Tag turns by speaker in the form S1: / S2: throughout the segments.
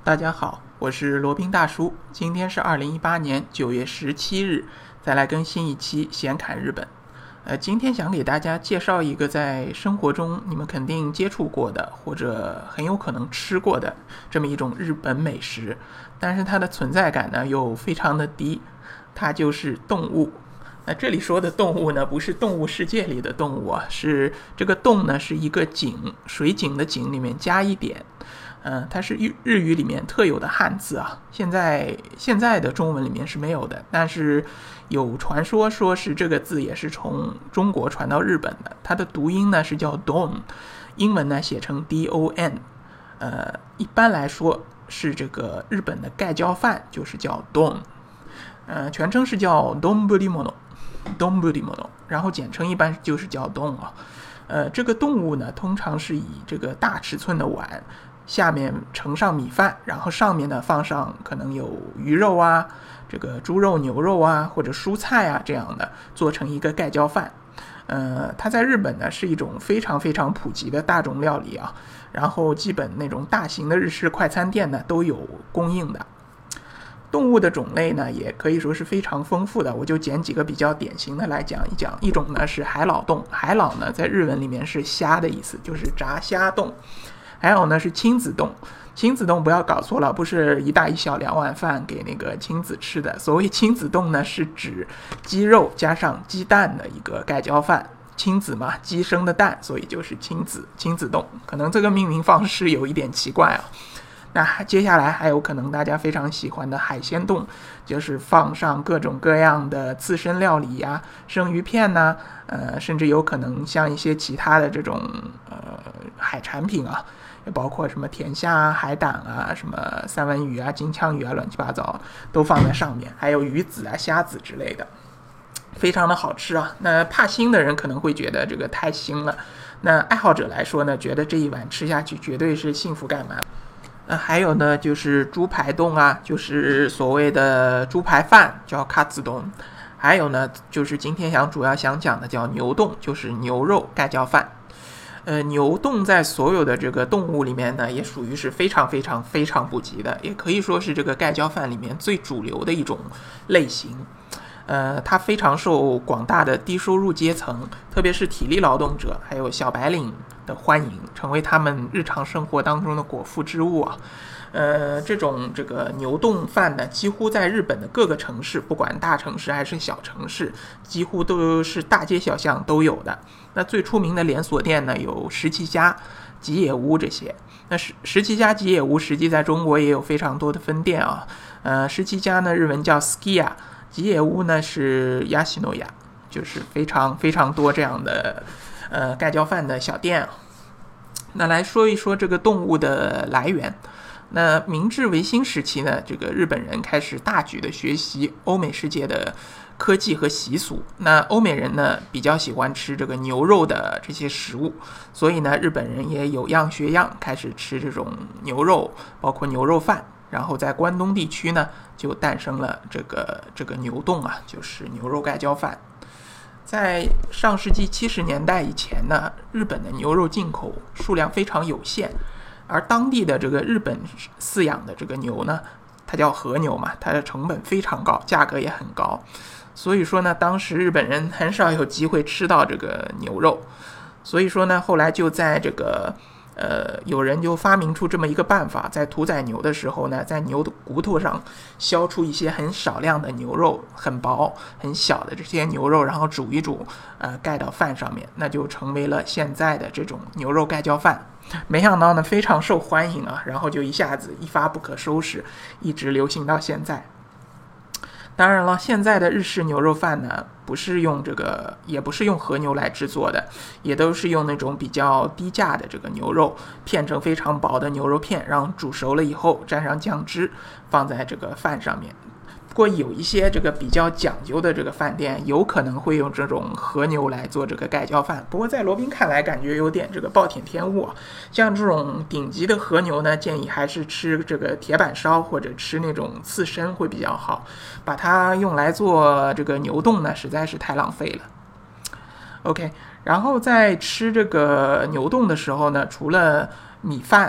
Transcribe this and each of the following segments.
S1: 大家好，我是罗宾大叔，今天是2018年9月17日，再来更新一期闲侃日本。今天想给大家介绍一个在生活中你们肯定接触过的，或者很有可能吃过的这么一种日本美食，但是它的存在感呢又非常的低，它就是动物。那这里说的动物呢，不是动物世界里的动物啊，是这个动呢是一个井，水井的井里面加一点。它是日语里面特有的汉字啊，现在的中文里面是没有的，但是有传说是这个字也是从中国传到日本的，它的读音呢是叫 don， 英文呢写成 don，一般来说是这个日本的盖浇饭就是叫 don，全称是叫 donburimono， 然后简称一般就是叫 don 啊。这个动物呢通常是以这个大尺寸的碗，下面盛上米饭，然后上面呢放上可能有鱼肉啊，这个猪肉、牛肉啊，或者蔬菜啊这样的，做成一个盖浇饭。它在日本呢是一种非常非常普及的大众料理啊，然后基本那种大型的日式快餐店呢都有供应的。动物的种类呢也可以说是非常丰富的，我就捡几个比较典型的来讲一讲。一种呢是海老冻，海老呢在日文里面是虾的意思，就是炸虾冻。还有呢是亲子冻，亲子冻不要搞错了，不是一大一小2碗饭给那个亲子吃的。所谓亲子冻呢是指鸡肉加上鸡蛋的一个盖浇饭，亲子嘛，鸡生的蛋，所以就是亲子冻。可能这个命名方式有一点奇怪啊。那接下来还有可能大家非常喜欢的海鲜冻，就是放上各种各样的刺身料理呀、生鱼片呐、甚至有可能像一些其他的这种海产品啊，也包括什么甜虾啊、海胆啊、什么三文鱼啊、金枪鱼啊，乱七八糟都放在上面，还有鱼子啊、虾子之类的，非常的好吃啊。那怕腥的人可能会觉得这个太腥了，那爱好者来说呢，觉得这一碗吃下去绝对是幸福感满。还有呢就是猪排冻啊，就是所谓的猪排饭，叫卡兹冻。还有呢就是今天主要想讲的叫牛冻，就是牛肉盖浇饭。牛冻在所有的这个动物里面呢，也属于是非常非常非常普及的，也可以说是这个盖浇饭里面最主流的一种类型。它非常受广大的低收入阶层，特别是体力劳动者还有小白领的欢迎，成为他们日常生活当中的果腹之物啊。这个牛冻饭呢，几乎在日本的各个城市，不管大城市还是小城市，几乎都是大街小巷都有的。那最出名的连锁店呢，有石岐家、吉野屋这些。那石岐家、吉野屋实际在中国也有非常多的分店啊。石岐家呢，日文叫 Skiya， 吉野屋呢是 Yashinoya， 就是非常非常多这样的盖浇饭的小店啊。那来说一说这个动物的来源。那明治维新时期呢，这个日本人开始大举的学习欧美世界的科技和习俗。那欧美人呢比较喜欢吃这个牛肉的这些食物，所以呢日本人也有样学样，开始吃这种牛肉，包括牛肉饭。然后在关东地区呢就诞生了这个牛冻啊，就是牛肉盖浇饭。在上世纪70年代以前呢，日本的牛肉进口数量非常有限，而当地的这个日本饲养的这个牛呢，它叫和牛嘛，它的成本非常高，价格也很高，所以说呢当时日本人很少有机会吃到这个牛肉。所以说呢后来就在这个有人就发明出这么一个办法，在屠宰牛的时候呢，在牛的骨头上削出一些很少量的牛肉，很薄很小的这些牛肉，然后煮一煮，盖到饭上面，那就成为了现在的这种牛肉盖浇饭。没想到呢非常受欢迎啊，然后就一下子一发不可收拾，一直流行到现在。当然了，现在的日式牛肉饭呢，也不是用和牛来制作的，也都是用那种比较低价的这个牛肉，片成非常薄的牛肉片，然后煮熟了以后蘸上酱汁，放在这个饭上面。不过有一些这个比较讲究的这个饭店，有可能会用这种和牛来做这个盖浇饭。不过在罗宾看来，感觉有点这个暴殄天物啊。像这种顶级的和牛呢，建议还是吃这个铁板烧或者吃那种刺身会比较好。把它用来做这个牛冻呢，实在是太浪费了。OK， 然后在吃这个牛冻的时候呢，除了米饭，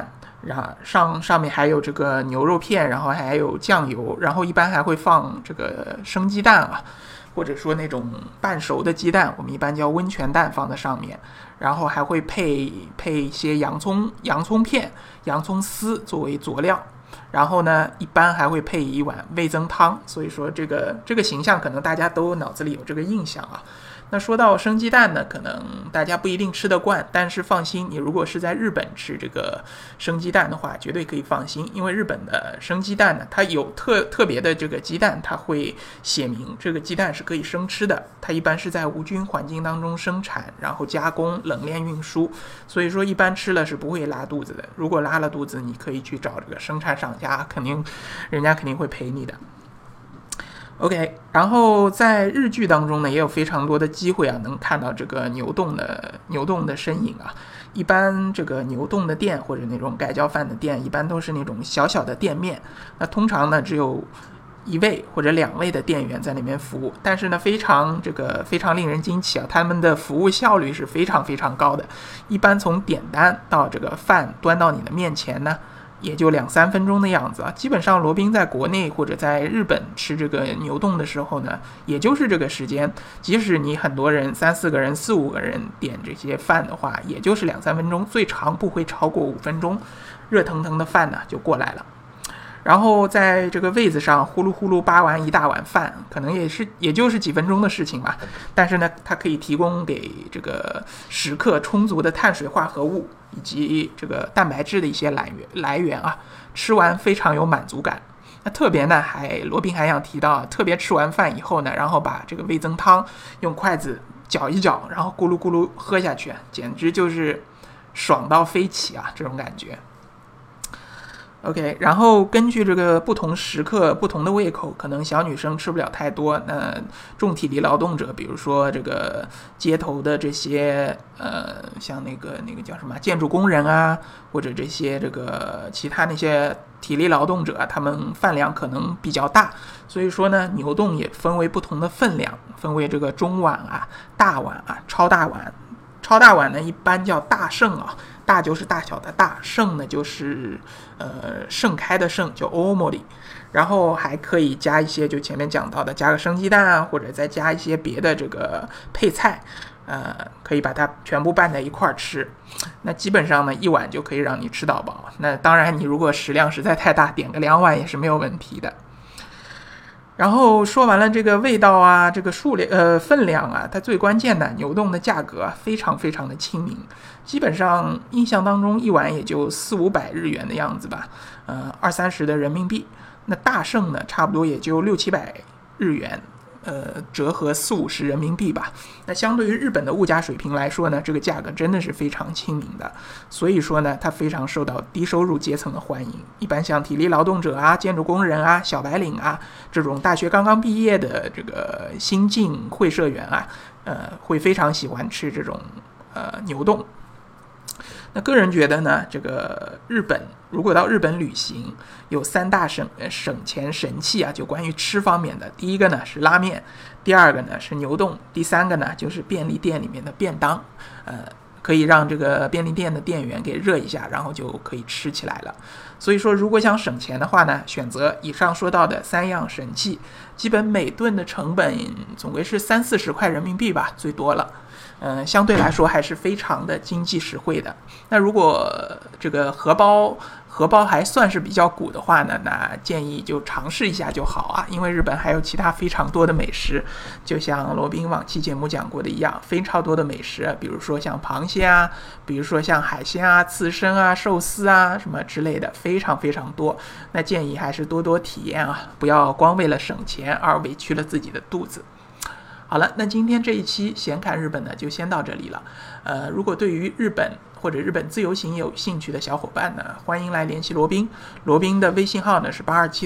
S1: 上面还有这个牛肉片，然后还有酱油，然后一般还会放这个生鸡蛋啊，或者说那种半熟的鸡蛋，我们一般叫温泉蛋放在上面，然后还会配一些洋葱片、洋葱丝作为佐料，然后呢一般还会配一碗味增汤，所以说这个形象可能大家都脑子里有这个印象啊。那说到生鸡蛋呢，可能大家不一定吃得惯，但是放心，你如果是在日本吃这个生鸡蛋的话，绝对可以放心，因为日本的生鸡蛋呢，它有特别的这个鸡蛋，它会写明这个鸡蛋是可以生吃的，它一般是在无菌环境当中生产，然后加工、冷链运输，所以说一般吃了是不会拉肚子的。如果拉了肚子，你可以去找这个生产商家，人家肯定会赔你的。OK， 然后在日剧当中呢，也有非常多的机会啊，能看到这个牛洞的身影啊。一般这个牛洞的店或者那种盖浇饭的店，一般都是那种小小的店面。那通常呢，只有1位或者2位的店员在那边服务，但是呢，非常令人惊奇啊，他们的服务效率是非常非常高的。一般从点单到这个饭端到你的面前呢，也就2-3分钟的样子啊。基本上罗宾在国内或者在日本吃这个牛洞的时候呢，也就是这个时间，即使你很多人3-4个人4-5个人点这些饭的话，也就是2-3分钟，最长不会超过5分钟，热腾腾的饭呢就过来了。然后在这个位子上呼噜呼噜扒完一大碗饭，可能也就是几分钟的事情吧。但是呢，它可以提供给这个食客充足的碳水化合物以及这个蛋白质的一些来源啊，吃完非常有满足感。那特别呢，罗宾还想提到，特别吃完饭以后呢，然后把这个味增汤用筷子搅一搅，然后咕噜咕噜喝下去，简直就是爽到飞起啊，这种感觉。OK， 然后根据这个不同时刻、不同的胃口，可能小女生吃不了太多。那重体力劳动者，比如说这个街头的这些像那个叫什么建筑工人啊，或者这些这个其他那些体力劳动者，他们饭量可能比较大，所以说呢，牛洞也分为不同的分量，分为这个中碗啊、大碗啊、超大碗。超大碗呢，一般叫大盛啊，大就是大小的大，盛呢就是盛开的盛，叫 omori。然后还可以加一些，就前面讲到的，加个生鸡蛋啊，或者再加一些别的这个配菜，可以把它全部拌在一块儿吃。那基本上呢，一碗就可以让你吃到饱。那当然，你如果食量实在太大，点个2碗也是没有问题的。然后说完了这个味道啊，这个分量啊，它最关键的牛洞的价格非常非常的亲民，基本上印象当中一碗也就400-500日元的样子吧，20-30的人民币。那大盛呢，差不多也就600-700日元，折合40-50人民币吧。那相对于日本的物价水平来说呢，这个价格真的是非常亲民的。所以说呢，它非常受到低收入阶层的欢迎。一般像体力劳动者啊、建筑工人啊、小白领啊，这种大学刚刚毕业的这个新进会社员啊，会非常喜欢吃这种牛洞。那个人觉得呢，这个如果到日本旅行，有3大省钱神器啊，就关于吃方面的。第一个呢是拉面，第二个呢是牛洞，第三个呢就是便利店里面的便当，可以让这个便利店的店员给热一下，然后就可以吃起来了。所以说，如果想省钱的话呢，选择以上说到的3样神器，基本每顿的成本总归是30-40块人民币吧，最多了。相对来说还是非常的经济实惠的。那如果这个荷包还算是比较鼓的话呢，那建议就尝试一下就好啊，因为日本还有其他非常多的美食，就像罗宾往期节目讲过的一样，非常多的美食，比如说像螃蟹啊，比如说像海鲜啊、刺身啊、寿司啊什么之类的，非常非常多。那建议还是多多体验啊，不要光为了省钱而委屈了自己的肚子。好了，那今天这一期闲侃日本呢，就先到这里了。如果对于日本或者日本自由行有兴趣的小伙伴呢，欢迎来联系罗宾。罗宾的微信号呢是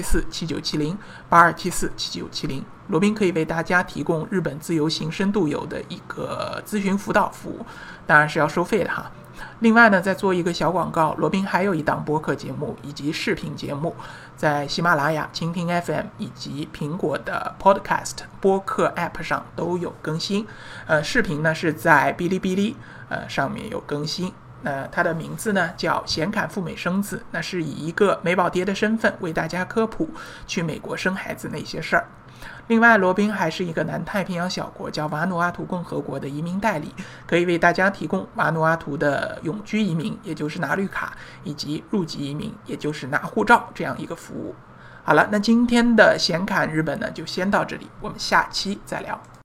S1: 8274-7970，8274-7970。罗宾可以为大家提供日本自由行深度游的一个咨询辅导服务，当然是要收费的哈。另外呢，再做一个小广告，罗宾还有一档播客节目以及视频节目，在喜马拉雅、蜻蜓 FM 以及苹果的 Podcast 播客 App 上都有更新。视频呢是在哔哩哔哩上面有更新。 他的名字呢叫显侃赴美生子，那是以一个美宝爹的身份为大家科普去美国生孩子那些事儿。另外，罗宾还是一个南太平洋小国叫瓦努阿图共和国的移民代理，可以为大家提供瓦努阿图的永居移民，也就是拿绿卡，以及入籍移民，也就是拿护照这样一个服务。好了，那今天的显侃日本呢就先到这里，我们下期再聊。